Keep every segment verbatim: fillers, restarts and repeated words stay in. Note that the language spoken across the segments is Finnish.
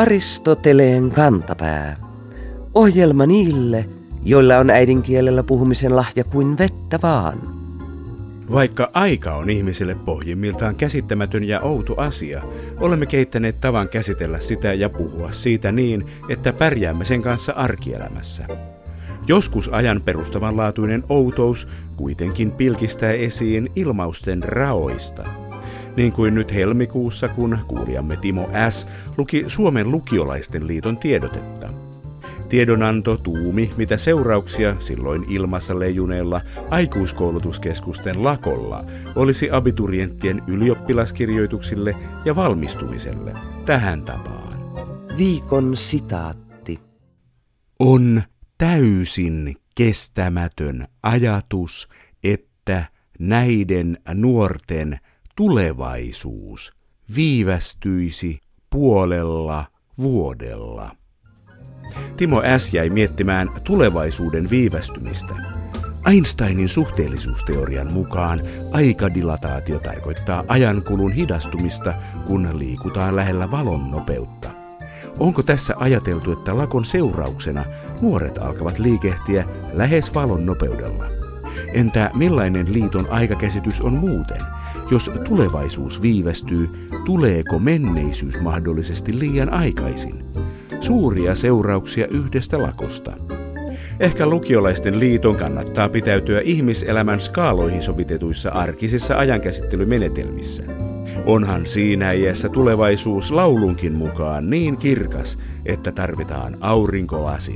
Aristoteleen kantapää. Ohjelma niille, joilla on äidinkielellä puhumisen lahja kuin vettä vaan. Vaikka aika on ihmiselle pohjimmiltaan käsittämätön ja outo asia, olemme kehittäneet tavan käsitellä sitä ja puhua siitä niin, että pärjäämme sen kanssa arkielämässä. Joskus ajan perustavanlaatuinen outous kuitenkin pilkistää esiin ilmausten raoista. Niin kuin nyt helmikuussa, kun kuulijamme Timo S. luki Suomen lukiolaisten liiton tiedotetta. Tiedonanto tuumi, mitä seurauksia silloin ilmassa leijuneella aikuiskoulutuskeskusten lakolla olisi abiturienttien ylioppilaskirjoituksille ja valmistumiselle tähän tapaan. Viikon sitaatti. On täysin kestämätön ajatus, että näiden nuorten tulevaisuus viivästyisi puolella vuodella. Timo S. jäi miettimään tulevaisuuden viivästymistä. Einsteinin suhteellisuusteorian mukaan aikadilataatio tarkoittaa ajankulun hidastumista, kun liikutaan lähellä valon nopeutta. Onko tässä ajateltu, että lakon seurauksena nuoret alkavat liikehtiä lähes valon nopeudella? Entä millainen liiton aikakäsitys on muuten? Jos tulevaisuus viivästyy, tuleeko menneisyys mahdollisesti liian aikaisin? Suuria seurauksia yhdestä lakosta. Ehkä lukiolaisten liiton kannattaa pitäytyä ihmiselämän skaaloihin sovitetuissa arkisissa ajankäsittelymenetelmissä. Onhan siinä iässä tulevaisuus laulunkin mukaan niin kirkas, että tarvitaan aurinkolasit.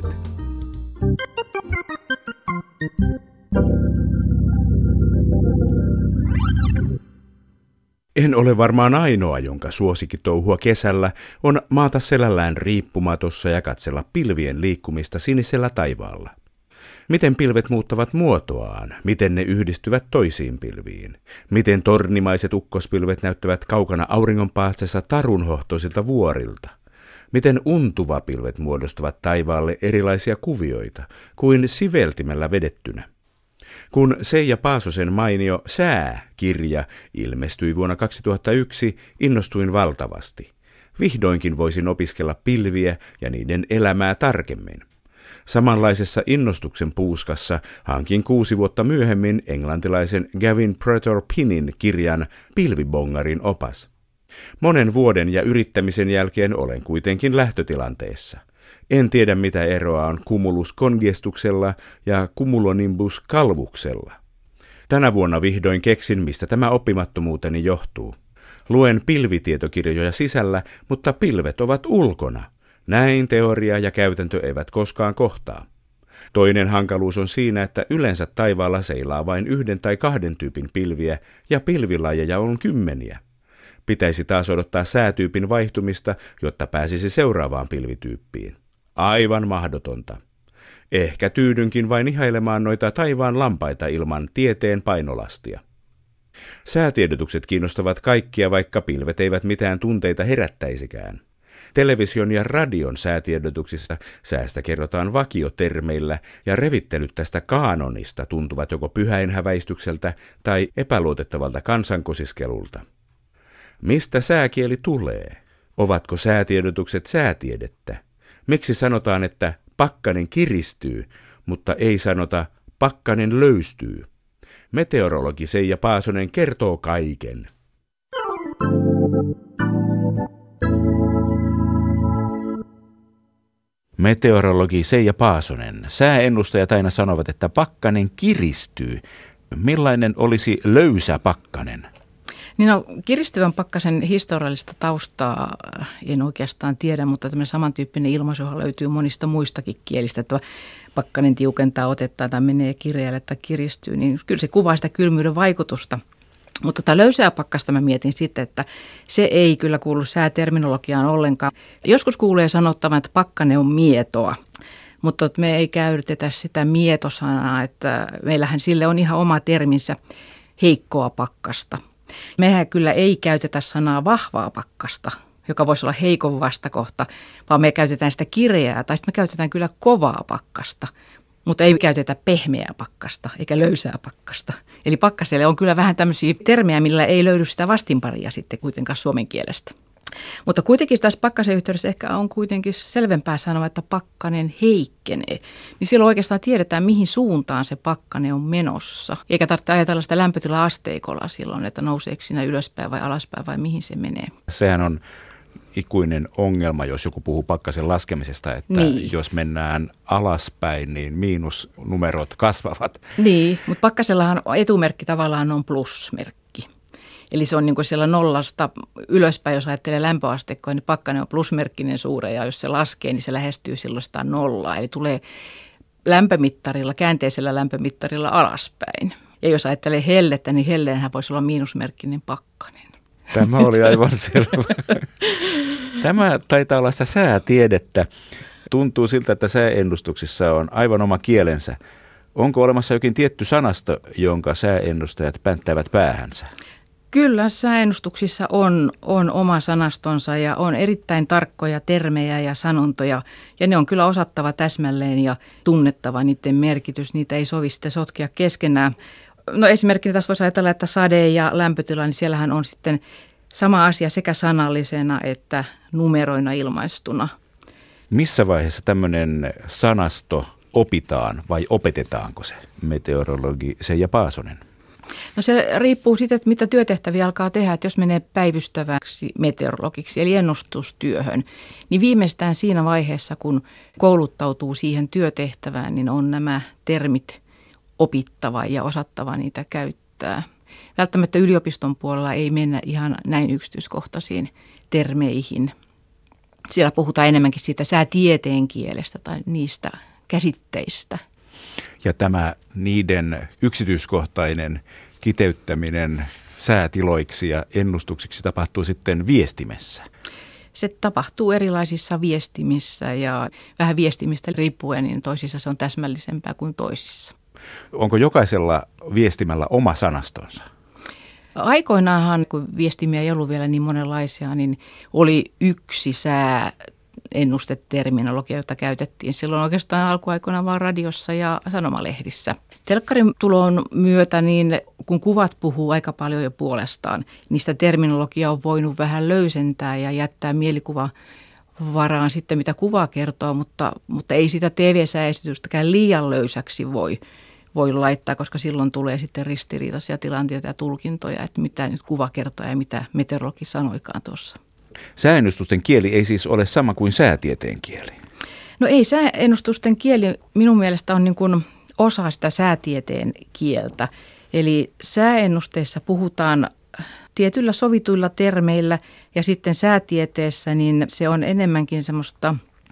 En ole varmaan ainoa, jonka suosikkitouhua kesällä on maata selällään riippumatossa ja katsella pilvien liikkumista sinisellä taivaalla. Miten pilvet muuttavat muotoaan, miten ne yhdistyvät toisiin pilviin, miten tornimaiset ukkospilvet näyttävät kaukana auringonpaatsessa tarunhohtoisilta vuorilta, miten untuvapilvet muodostavat taivaalle erilaisia kuvioita kuin siveltimellä vedettynä. Kun Seija Paasosen mainio Sää-kirja ilmestyi vuonna kaksituhattayksi, innostuin valtavasti. Vihdoinkin voisin opiskella pilviä ja niiden elämää tarkemmin. Samanlaisessa innostuksen puuskassa hankin kuusi vuotta myöhemmin englantilaisen Gavin Pretor Pinnin kirjan Pilvibongarin opas. Monen vuoden ja yrittämisen jälkeen olen kuitenkin lähtötilanteessa. En tiedä, mitä eroa on cumulus congestuksella ja cumulonimbus calvuksella. Tänä vuonna vihdoin keksin, mistä tämä oppimattomuuteni johtuu. Luen pilvitietokirjoja sisällä, mutta pilvet ovat ulkona. Näin teoria ja käytäntö eivät koskaan kohtaa. Toinen hankaluus on siinä, että yleensä taivaalla seilaa vain yhden tai kahden tyypin pilviä ja pilvilajeja on kymmeniä. Pitäisi taas odottaa säätyypin vaihtumista, jotta pääsisi seuraavaan pilvityyppiin. Aivan mahdotonta. Ehkä tyydynkin vain ihailemaan noita taivaan lampaita ilman tieteen painolastia. Säätiedotukset kiinnostavat kaikkia, vaikka pilvet eivät mitään tunteita herättäisikään. Television ja radion säätiedotuksissa säästä kerrotaan vakiotermeillä ja revittelyt tästä kaanonista tuntuvat joko pyhäinhäväistykseltä tai epäluotettavalta kansankosiskelulta. Mistä sääkieli tulee? Ovatko säätiedotukset säätiedettä? Miksi sanotaan, että pakkanen kiristyy, mutta ei sanota pakkanen löystyy? Meteorologi Seija Paasonen kertoo kaiken. Meteorologi Seija Paasonen. Sääennustajat aina sanovat, että pakkanen kiristyy. Millainen olisi löysä pakkanen? Niin no, kiristyvän pakkasen historiallista taustaa en oikeastaan tiedä, mutta tämmöinen samantyyppinen ilmaisu löytyy monista muistakin kielistä, että pakkanen tiukentaa otetta tai menee kireälle tai kiristyy, niin kyllä se kuvaa sitä kylmyyden vaikutusta. Mutta tätä löysää pakkasta mä mietin sitten, että se ei kyllä kuulu sääterminologiaan ollenkaan. Joskus kuulee sanottavan, että pakkanen on mietoa, mutta me ei käytetä sitä mietosanaa, että meillähän sille on ihan oma terminsä heikkoa pakkasta. Mehän kyllä ei käytetä sanaa vahvaa pakkasta, joka voisi olla heikon vastakohta, vaan me käytetään sitä kireää tai sitten me käytetään kyllä kovaa pakkasta, mutta ei käytetä pehmeää pakkasta eikä löysää pakkasta. Eli pakkaselle on kyllä vähän tämmöisiä termejä, millä ei löydy sitä vastinparia sitten kuitenkaan suomen kielestä. Mutta kuitenkin tässä pakkasen yhteydessä ehkä on kuitenkin selvempää sanoa, että pakkanen heikkenee. Niin silloin oikeastaan tiedetään, mihin suuntaan se pakkanen on menossa. Eikä tarvitse ajatella sitä lämpötila-asteikolla silloin, että nouseeko siinä ylöspäin vai alaspäin vai mihin se menee. Sehän on ikuinen ongelma, jos joku puhuu pakkasen laskemisesta, että niin. Jos mennään alaspäin, niin miinusnumerot kasvavat. Niin, mutta pakkasellahan etumerkki tavallaan on plusmerkki. Eli se on niin kuin siellä nollasta ylöspäin, jos ajattelee lämpöasteikkoa, niin pakkanen on plusmerkkinen suure, ja jos se laskee, niin se lähestyy silloin sitä nollaa. Eli tulee lämpömittarilla, käänteisellä lämpömittarilla alaspäin. Ja jos ajattelee hellettä, niin helleenhän voisi olla miinusmerkkinen pakkanen. Tämä oli aivan selvä. Tämä taitaa olla sitä säätiedettä. Tuntuu siltä, että sääennustuksissa on aivan oma kielensä. Onko olemassa jokin tietty sanasto, jonka sääennustajat pänttäävät päähänsä? Kyllä, sääennustuksissa on, on oma sanastonsa ja on erittäin tarkkoja termejä ja sanontoja. Ja ne on kyllä osattava täsmälleen ja tunnettava niiden merkitys. Niitä ei sovi sitten sotkea keskenään. No esimerkkinä tässä voisi ajatella, että sade ja lämpötila, niin siellähän on sitten sama asia sekä sanallisena että numeroina ilmaistuna. Missä vaiheessa tämmöinen sanasto opitaan vai opetetaanko se, meteorologi Seija Paasonen? No se riippuu siitä, että mitä työtehtäviä alkaa tehdä. Että jos menee päivystäväksi meteorologiksi eli ennustustyöhön, niin viimeistään siinä vaiheessa, kun kouluttautuu siihen työtehtävään, niin on nämä termit opittava ja osattava niitä käyttää. Välttämättä yliopiston puolella ei mennä ihan näin yksityiskohtaisiin termeihin. Siellä puhutaan enemmänkin siitä säätieteen kielestä tai niistä käsitteistä. Ja tämä niiden yksityiskohtainen kiteyttäminen säätiloiksi ja ennustuksiksi tapahtuu sitten viestimessä. Se tapahtuu erilaisissa viestimissä ja vähän viestimistä riippuen, niin toisissa se on täsmällisempää kuin toisissa. Onko jokaisella viestimällä oma sanastonsa? Aikoinaanhan, kun viestimiä ei ollut vielä niin monenlaisia, niin oli yksi sää ennusteterminologia, jota käytettiin silloin oikeastaan alkuaikoina vaan radiossa ja sanomalehdissä. Telkkarin tulon myötä, niin kun kuvat puhuu aika paljon jo puolestaan, niistä terminologiaa on voinut vähän löysentää ja jättää mielikuva varaan sitten, mitä kuva kertoo, mutta, mutta ei sitä T V-sääesitystäkään liian löysäksi voi, voi laittaa, koska silloin tulee sitten ristiriitaisia tilanteita ja tulkintoja, että mitä nyt kuva kertoo ja mitä meteorologi sanoikaan tuossa. Sääennustusten kieli ei siis ole sama kuin säätieteen kieli? No ei, sääennustusten kieli minun mielestä on niin kuin osa sitä säätieteen kieltä. Eli sääennusteissa puhutaan tietyillä sovituilla termeillä ja sitten säätieteessä niin se on enemmänkin semmoista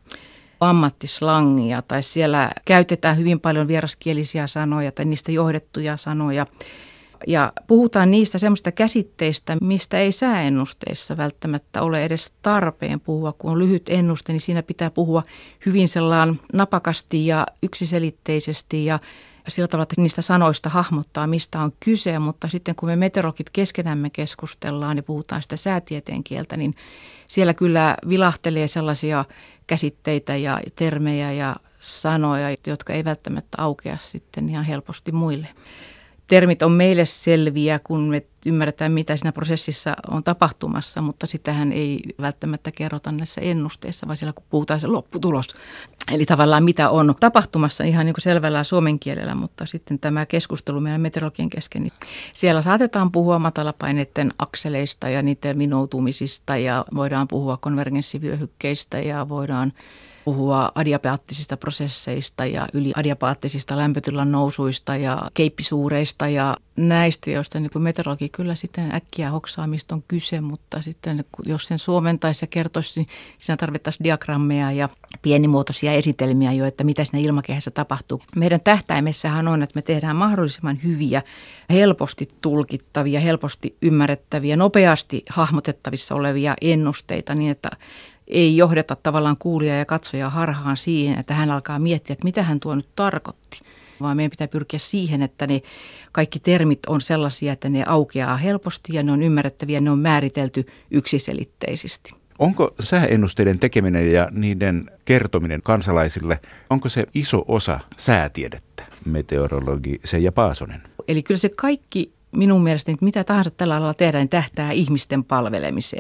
ammattislangia tai siellä käytetään hyvin paljon vieraskielisiä sanoja tai niistä johdettuja sanoja. Ja puhutaan niistä semmoista käsitteistä, mistä ei sääennusteissa välttämättä ole edes tarpeen puhua. Kun on lyhyt ennuste, niin siinä pitää puhua hyvin sellaan napakasti ja yksiselitteisesti ja sillä tavalla, että niistä sanoista hahmottaa, mistä on kyse. Mutta sitten kun me meteorologit keskenämme keskustellaan ja puhutaan sitä säätieteen kieltä, niin siellä kyllä vilahtelee sellaisia käsitteitä ja termejä ja sanoja, jotka ei välttämättä aukea sitten ihan helposti muille. Termit on meille selviä, kun me ymmärretään, mitä siinä prosessissa on tapahtumassa, mutta sitähän ei välttämättä kerrota näissä ennusteissa, vaan siellä kun puhutaan se lopputulos. Eli tavallaan mitä on tapahtumassa ihan niin kuin selvällä suomen kielellä, mutta sitten tämä keskustelu meidän meteorologien kesken, niin siellä saatetaan puhua matalapaineiden akseleista ja niiden vinoutumisista ja voidaan puhua konvergenssivyöhykkeistä ja voidaan puhua adiabaattisista prosesseista ja yliadiabaattisista lämpötilan nousuista ja keippisuureista ja näistä, joista niin kuin meteorologi kyllä sitten äkkiä hoksaa, mistä on kyse, mutta sitten jos sen suomentaisi ja kertoisi, niin siinä tarvittaisiin diagrammeja ja pienimuotoisia esitelmiä jo, että mitä siinä ilmakehässä tapahtuu. Meidän tähtäimessähän on, että me tehdään mahdollisimman hyviä, helposti tulkittavia, helposti ymmärrettäviä, nopeasti hahmotettavissa olevia ennusteita niin, että ei johdeta tavallaan kuulijaa ja katsojaa harhaan siihen, että hän alkaa miettiä, että mitä hän tuo nyt tarkoitti. Vaan meidän pitää pyrkiä siihen, että ne kaikki termit on sellaisia, että ne aukeaa helposti ja ne on ymmärrettäviä, ne on määritelty yksiselitteisesti. Onko sääennusteiden tekeminen ja niiden kertominen kansalaisille, onko se iso osa säätiedettä, meteorologi Seija Paasonen? Eli kyllä se kaikki minun mielestäni, mitä tahansa tällä alalla tehdään, niin tähtää ihmisten palvelemiseen.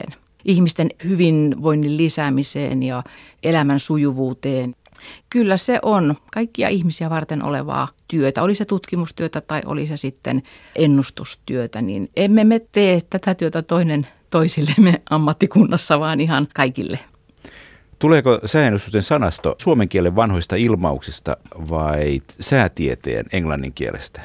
ihmisten hyvinvoinnin lisäämiseen ja elämän sujuvuuteen. Kyllä se on kaikkia ihmisiä varten olevaa työtä, oli se tutkimustyötä tai oli se sitten ennustustyötä, niin emme me tee tätä työtä toinen toisillemme ammattikunnassa, vaan ihan kaikille. Tuleeko sääennustusten sanasto suomen kielen vanhoista ilmauksista vai säätieteen englannin kielestä?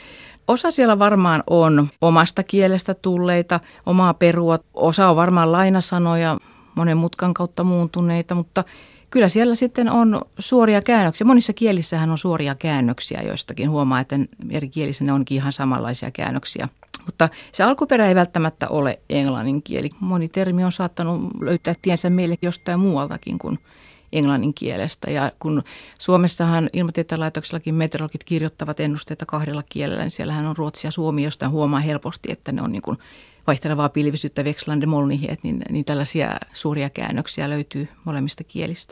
Osa siellä varmaan on omasta kielestä tulleita, omaa perua. Osa on varmaan lainasanoja, monen mutkan kautta muuntuneita, mutta kyllä siellä sitten on suoria käännöksiä. Monissa kielissähän on suoria käännöksiä, joistakin huomaa, että eri kielissä ne onkin ihan samanlaisia käännöksiä. Mutta se alkuperä ei välttämättä ole englannin kieli. Moni termi on saattanut löytää tiensä meille jostain muualtakin kuin englannin kielestä. Ja kun Suomessahan ilmatieteen laitoksellakin meteorologit kirjoittavat ennusteita kahdella kielellä, niin siellähän on ruotsi ja suomi, josta huomaa helposti, että ne on niin kuin vaihtelevaa pilvisyyttä, vekslande molnighet, niin, niin tällaisia suuria käännöksiä löytyy molemmista kielistä.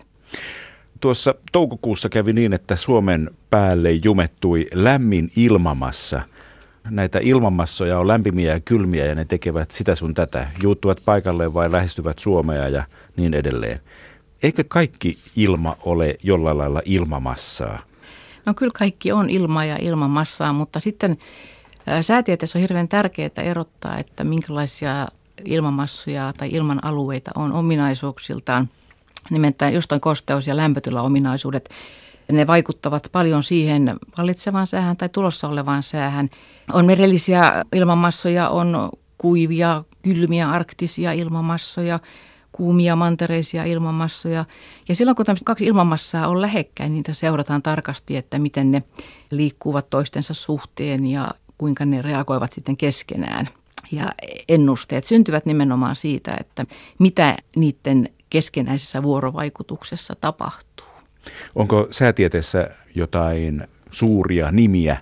Tuossa toukokuussa kävi niin, että Suomen päälle jumettui lämmin ilmamassa. Näitä ilmamassoja on lämpimiä ja kylmiä ja ne tekevät sitä sun tätä. Juuttuvat paikalleen vai lähestyvät Suomea ja niin edelleen. Eikö kaikki ilma ole jollain lailla ilmamassaa? No kyllä kaikki on ilmaa ja ilmamassaa, mutta sitten säätieteessä on hirveän tärkeää erottaa, että minkälaisia ilmamassoja tai ilman alueita on ominaisuuksiltaan. Nimittäin jostain kosteus- ja lämpötilaominaisuudet, ne vaikuttavat paljon siihen vallitsevaan säähän tai tulossa olevaan säähän. On merellisiä ilmamassoja, on kuivia, kylmiä, arktisia ilmamassoja, kuumia, mantereisia ilmamassoja. Ja silloin kun tämmöiset kaksi ilmamassaa on lähekkäin, niitä seurataan tarkasti, että miten ne liikkuvat toistensa suhteen ja kuinka ne reagoivat sitten keskenään. Ja ennusteet syntyvät nimenomaan siitä, että mitä niiden keskenäisessä vuorovaikutuksessa tapahtuu. Onko säätieteessä jotain suuria nimiä,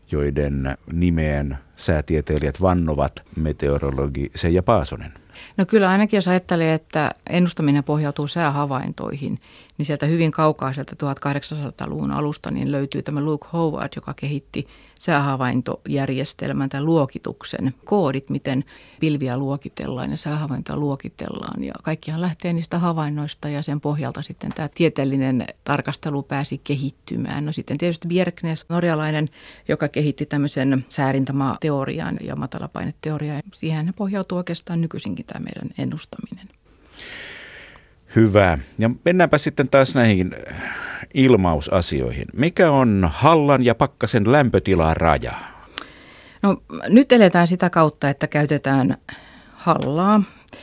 joiden nimeen säätieteilijät vannovat, meteorologi Seija Paasonen? No kyllä ainakin jos ajattelee, että ennustaminen pohjautuu säähavaintoihin, niin sieltä hyvin kaukaa sieltä tuhatkahdeksansataaluvun alusta niin löytyy tämä Luke Howard, joka kehitti säähavaintojärjestelmän tai luokituksen koodit, miten pilviä luokitellaan ja säähavaintoja luokitellaan. Ja kaikkihan lähtee niistä havainnoista ja sen pohjalta sitten tämä tieteellinen tarkastelu pääsi kehittymään. No sitten tietysti Bjerknes, norjalainen, joka kehitti tämmöisen säärintamateorian ja matalapaineteorian. Siihen pohjautuu oikeastaan nykyisinkin tämä meidän ennustaminen. Hyvä. Ja mennäänpä sitten taas näihin ilmausasioihin. Mikä on Hallan ja Pakkasen lämpötilaraja? No nyt eletään sitä kautta, että käytetään Hallaa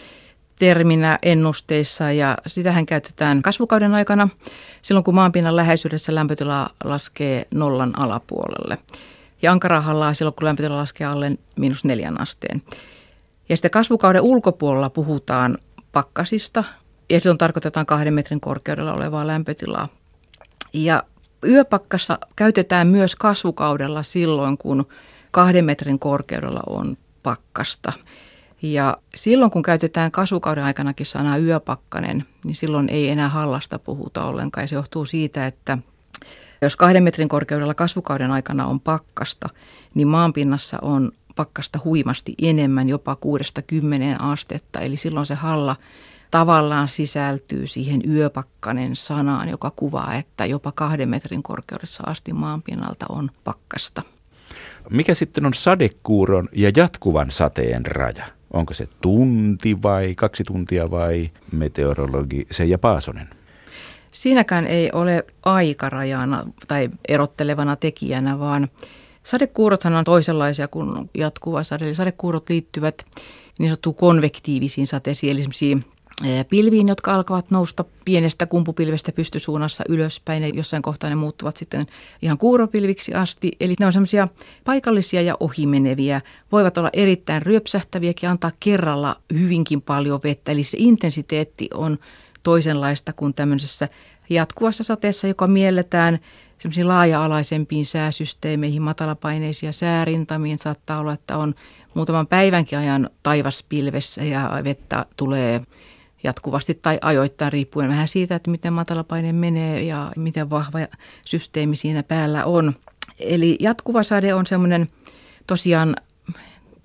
terminä ennusteissa ja sitähän käytetään kasvukauden aikana silloin, kun maanpinnan läheisyydessä lämpötila laskee nollan alapuolelle. Ja ankaraa Hallaa silloin, kun lämpötila laskee alle miinus neljän asteen. Ja sitten kasvukauden ulkopuolella puhutaan pakkasista ja silloin tarkoitetaan kahden metrin korkeudella olevaa lämpötilaa. Ja yöpakkassa käytetään myös kasvukaudella silloin, kun kahden metrin korkeudella on pakkasta. Ja silloin, kun käytetään kasvukauden aikanakin sanaa yöpakkanen, niin silloin ei enää Hallasta puhuta ollenkaan. Ja se johtuu siitä, että jos kahden metrin korkeudella kasvukauden aikana on pakkasta, niin maanpinnassa on pakkasta huimasti enemmän, jopa kuudesta kymmeneen astetta. Eli silloin se Halla tavallaan sisältyy siihen yöpakkanen sanaan, joka kuvaa, että jopa kahden metrin korkeudessa asti maanpinnalta on pakkasta. Mikä sitten on sadekuuron ja jatkuvan sateen raja? Onko se tunti vai kaksi tuntia vai meteorologi Seija Paasonen? Siinäkään ei ole aikarajana tai erottelevana tekijänä, vaan sadekuurothan on toisenlaisia kuin jatkuva sade. Eli sadekuurot liittyvät niin sanottuun konvektiivisiin sateisiin, eli esimerkiksi pilviin, jotka alkavat nousta pienestä kumpupilvestä pystysuunnassa ylöspäin ja jossain kohtaa ne muuttuvat sitten ihan kuuropilviksi asti. Eli ne on semmoisia paikallisia ja ohimeneviä, voivat olla erittäin ryöpsähtäviäkin, antaa kerralla hyvinkin paljon vettä. Eli se intensiteetti on toisenlaista kuin tämmöisessä jatkuvassa sateessa, joka mielletään semmoisiin laaja-alaisempiin sääsysteemeihin, matalapaineisia säärintamiin. Saattaa olla, että on muutaman päivänkin ajan taivaspilvessä ja vettä tulee jatkuvasti tai ajoittain riippuen vähän siitä, että miten matalapaine menee ja miten vahva systeemi siinä päällä on. Eli jatkuva sade on semmoinen tosiaan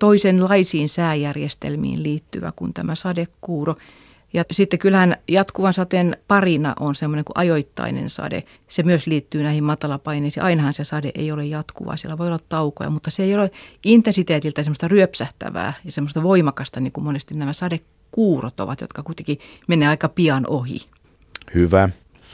toisenlaisiin sääjärjestelmiin liittyvä kuin tämä sadekuuro. Ja sitten kyllähän jatkuvan sateen parina on semmoinen kuin ajoittainen sade. Se myös liittyy näihin matalapaineisiin. Ainahan se sade ei ole jatkuvaa, siellä voi olla taukoja, mutta se ei ole intensiteetiltä semmoista ryöpsähtävää ja semmoista voimakasta, niin kuin monesti nämä sadekuurot ovat, jotka kuitenkin menee aika pian ohi. Hyvä.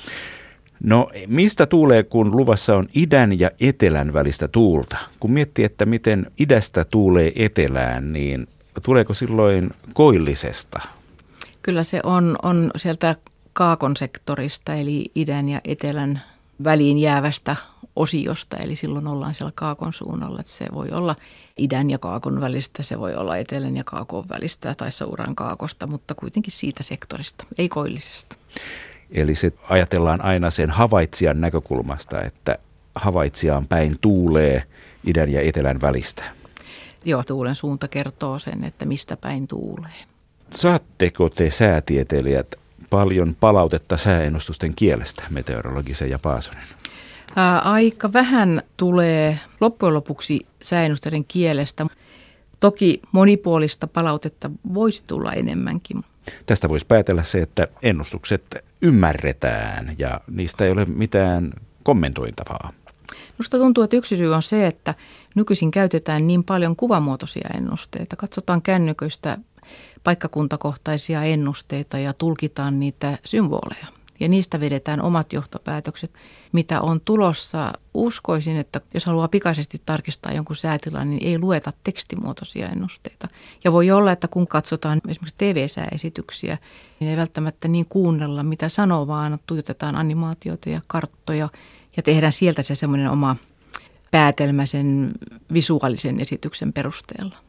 No mistä tuulee, kun luvassa on idän ja etelän välistä tuulta? Kun miettii, että miten idästä tuulee etelään, niin tuleeko silloin koillisesta? Kyllä se on, on sieltä kaakon sektorista, eli idän ja etelän väliin jäävästä osiosta, eli silloin ollaan siellä kaakon suunnalla, että se voi olla idän ja kaakon välistä, se voi olla etelän ja kaakon välistä tai Sauran kaakosta, mutta kuitenkin siitä sektorista, ei koillisesta. Eli se ajatellaan aina sen havaitsijan näkökulmasta, että havaitsijaan päin tuulee idän ja etelän välistä. Joo, tuulen suunta kertoo sen, että mistä päin tuulee. Saatteko te säätieteilijät paljon palautetta sääennustusten kielestä, meteorologisen ja Paasonen? Ää, aika vähän tulee loppujen lopuksi sääennusteiden kielestä. Toki monipuolista palautetta voisi tulla enemmänkin. Tästä voisi päätellä se, että ennustukset ymmärretään ja niistä ei ole mitään kommentoitavaa. Minusta tuntuu, että yksi syy on se, että nykyisin käytetään niin paljon kuvamuotoisia ennusteita. Katsotaan kännyköistä paikkakuntakohtaisia ennusteita ja tulkitaan niitä symboleja. Ja niistä vedetään omat johtopäätökset, mitä on tulossa. Uskoisin, että jos haluaa pikaisesti tarkistaa jonkun säätilan, niin ei lueta tekstimuotoisia ennusteita. Ja voi olla, että kun katsotaan esimerkiksi T V-sääesityksiä, niin ei välttämättä niin kuunnella, mitä sanoo, vaan tuijotetaan animaatioita ja karttoja ja tehdään sieltä se semmoinen oma päätelmä sen visuaalisen esityksen perusteella.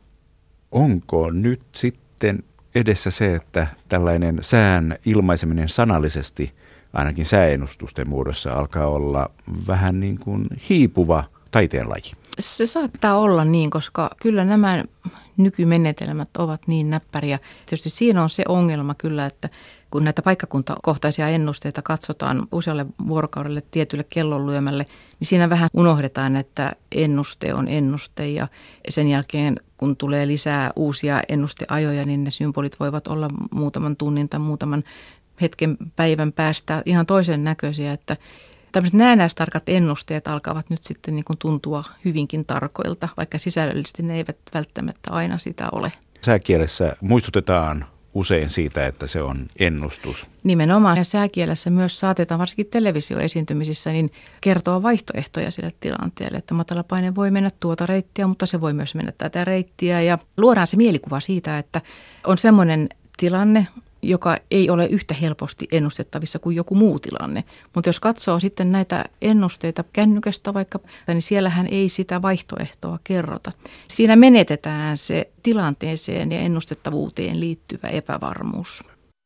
Onko nyt sitten edessä se, että tällainen sään ilmaiseminen sanallisesti, ainakin sääennustusten muodossa, alkaa olla vähän niin kuin hiipuva taiteenlaji? Se saattaa olla niin, koska kyllä nämä nykymenetelmät ovat niin näppäriä. Tietysti siinä on se ongelma kyllä, että kun näitä paikkakuntakohtaisia ennusteita katsotaan usealle vuorokaudelle tietylle kellonlyömälle, niin siinä vähän unohdetaan, että ennuste on ennuste ja sen jälkeen kun tulee lisää uusia ennusteajoja, niin ne symbolit voivat olla muutaman tunnin tai muutaman hetken päivän päästä ihan toisen näköisiä, että tämmöiset näennäistarkat ennusteet alkavat nyt sitten niin kuin tuntua hyvinkin tarkoilta, vaikka sisällöllisesti ne eivät välttämättä aina sitä ole. Sääkielessä muistutetaan usein siitä, että se on ennustus. Nimenomaan. Ja sääkielessä myös saatetaan, varsinkin televisioesiintymisissä, niin kertoa vaihtoehtoja sille tilanteelle, että matalapaine voi mennä tuota reittiä, mutta se voi myös mennä tätä reittiä. Ja luodaan se mielikuva siitä, että on semmoinen tilanne, joka ei ole yhtä helposti ennustettavissa kuin joku muu tilanne. Mutta jos katsoo sitten näitä ennusteita kännykästä vaikka, niin siellähän ei sitä vaihtoehtoa kerrota. Siinä menetetään se tilanteeseen ja ennustettavuuteen liittyvä epävarmuus.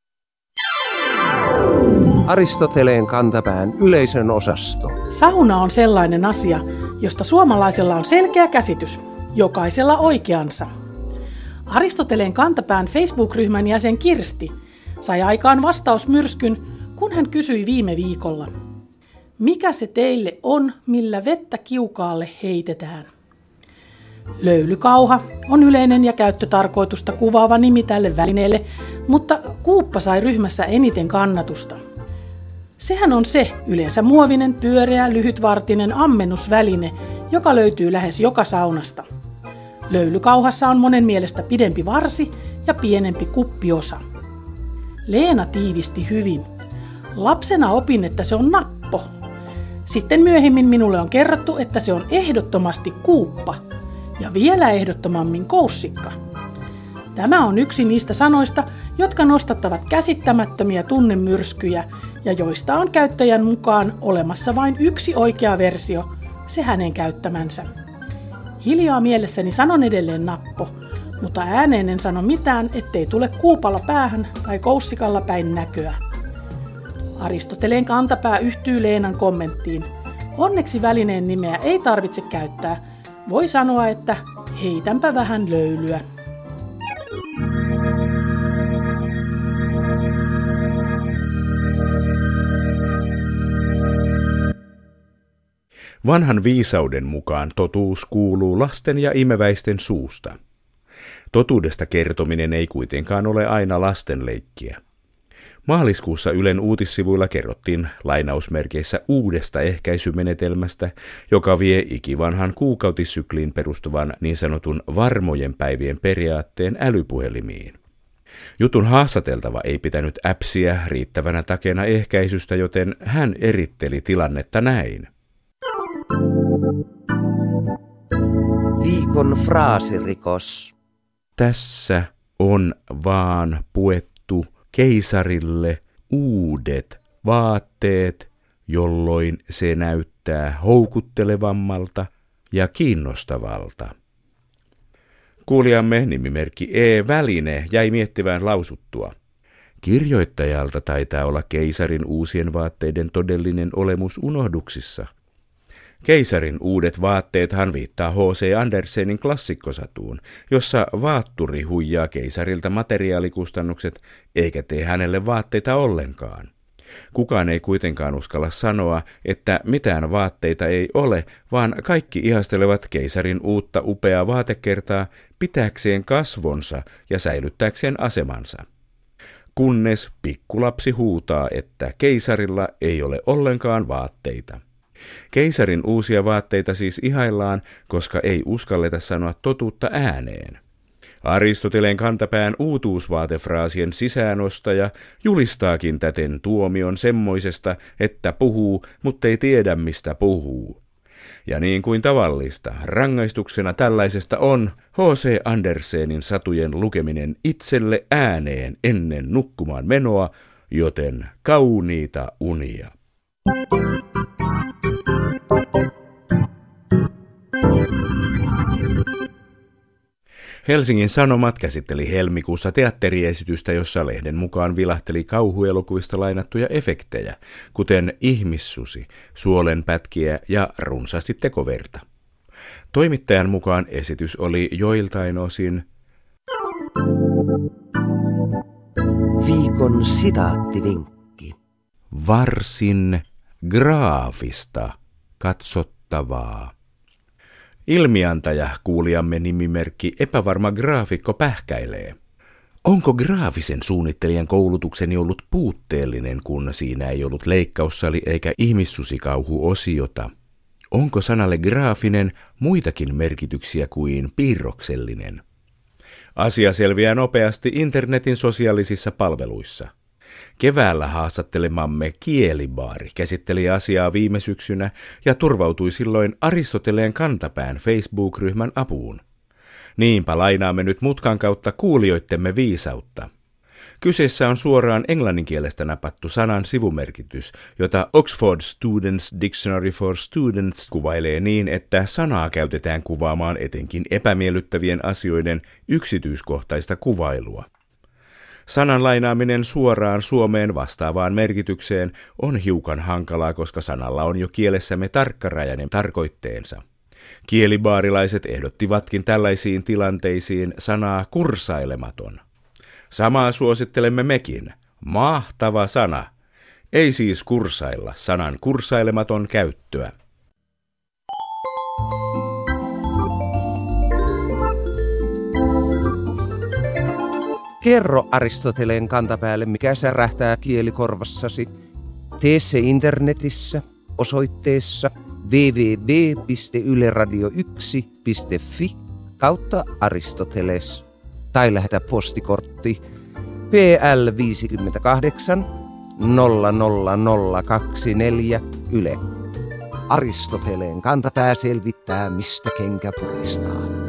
Aristoteleen kantapään yleisön osasto. Sauna on sellainen asia, josta suomalaisella on selkeä käsitys. Jokaisella oikeansa. Aristoteleen kantapään Facebook-ryhmän jäsen Kirsti sai aikaan vastausmyrskyn, kun hän kysyi viime viikolla. Mikä se teille on, millä vettä kiukaalle heitetään? Löylykauha on yleinen ja käyttötarkoitusta kuvaava nimi tälle välineelle, mutta kuuppa sai ryhmässä eniten kannatusta. Sehän on se yleensä muovinen, pyöreä, lyhytvartinen ammennusväline, joka löytyy lähes joka saunasta. Löylykauhassa on monen mielestä pidempi varsi ja pienempi kuppiosa. Leena tiivisti hyvin. Lapsena opin, että se on nappo. Sitten myöhemmin minulle on kerrottu, että se on ehdottomasti kuuppa ja vielä ehdottomammin koussikka. Tämä on yksi niistä sanoista, jotka nostattavat käsittämättömiä tunnemyrskyjä ja joista on käyttäjän mukaan olemassa vain yksi oikea versio, se hänen käyttämänsä. Hiljaa mielessäni sanon edelleen nappo, mutta ääneen en sano mitään, ettei tule kuupalla päähän tai koussikalla päin näköä. Aristoteleen kantapää yhtyy Leenan kommenttiin. Onneksi välineen nimeä ei tarvitse käyttää. Voi sanoa, että heitänpä vähän löylyä. Vanhan viisauden mukaan totuus kuuluu lasten ja imeväisten suusta. Totuudesta kertominen ei kuitenkaan ole aina lastenleikkiä. Maaliskuussa Ylen uutissivuilla kerrottiin lainausmerkeissä uudesta ehkäisymenetelmästä, joka vie ikivanhan kuukautissykliin perustuvan niin sanotun varmojen päivien periaatteen älypuhelimiin. Jutun haastateltava ei pitänyt äpsiä riittävänä takena ehkäisystä, joten hän eritteli tilannetta näin. Viikon fraasirikos. Tässä on vaan puettu keisarille uudet vaatteet, jolloin se näyttää houkuttelevammalta ja kiinnostavalta. Kuulijamme nimimerkki E. Väline jäi miettivään lausuttua. Kirjoittajalta taitaa olla keisarin uusien vaatteiden todellinen olemus unohduksissa. Keisarin uudet vaatteethan viittaa H C Andersenin klassikkosatuun, jossa vaatturi huijaa keisarilta materiaalikustannukset eikä tee hänelle vaatteita ollenkaan. Kukaan ei kuitenkaan uskalla sanoa, että mitään vaatteita ei ole, vaan kaikki ihastelevat keisarin uutta upeaa vaatekertaa pitääkseen kasvonsa ja säilyttääkseen asemansa. Kunnes pikkulapsi huutaa, että keisarilla ei ole ollenkaan vaatteita. Keisarin uusia vaatteita siis ihaillaan, koska ei uskalleta sanoa totuutta ääneen. Aristoteleen kantapään uutuusvaatefraasien sisäänostaja julistaakin täten tuomion semmoisesta, että puhuu, mutta ei tiedä mistä puhuu. Ja niin kuin tavallista, rangaistuksena tällaisesta on H C Andersenin satujen lukeminen itselle ääneen ennen nukkumaan menoa, joten kauniita unia. Helsingin Sanomat käsitteli helmikuussa teatteriesitystä, jossa lehden mukaan vilahteli kauhuelokuvista lainattuja efektejä, kuten ihmissusi, suolenpätkiä ja runsaasti tekoverta. Toimittajan mukaan esitys oli joiltain osin Viikon sitaattivinkki. Varsin graafista katsottavaa. Ilmiantaja, kuulijamme nimimerkki Epävarma graafikko pähkäilee. Onko graafisen suunnittelijan koulutukseni ollut puutteellinen, kun siinä ei ollut leikkaussali eikä ihmissusikauhuosiota? Onko sanalle graafinen muitakin merkityksiä kuin piirroksellinen? Asia selviää nopeasti internetin sosiaalisissa palveluissa. Keväällä haastattelemamme Kielibaari käsitteli asiaa viime syksynä ja turvautui silloin Aristoteleen kantapään Facebook-ryhmän apuun. Niinpä lainaamme nyt mutkan kautta kuulijoittemme viisautta. Kyseessä on suoraan englanninkielestä napattu sanan sivumerkitys, jota Oxford Students Dictionary for Students kuvailee niin, että sanaa käytetään kuvaamaan etenkin epämiellyttävien asioiden yksityiskohtaista kuvailua. Sanan lainaaminen suoraan suomeen vastaavaan merkitykseen on hiukan hankalaa, koska sanalla on jo kielessämme tarkkarajainen tarkoitteensa. Kielibaarilaiset ehdottivatkin tällaisiin tilanteisiin sanaa kursailematon. Samaa suosittelemme mekin. Mahtava sana. Ei siis kursailla sanan kursailematon käyttöä. Kerro Aristoteleen kantapäälle, mikä särähtää kielikorvassasi. Tee se internetissä osoitteessa double-u double-u double-u piste yle radio yksi piste fi kautta Aristoteles tai lähetä postikortti P L viisikymmentäkahdeksan nolla nolla nolla kaksikymmentäneljä Yle. Aristoteleen kantapää selvittää, mistä kenkä puristaa.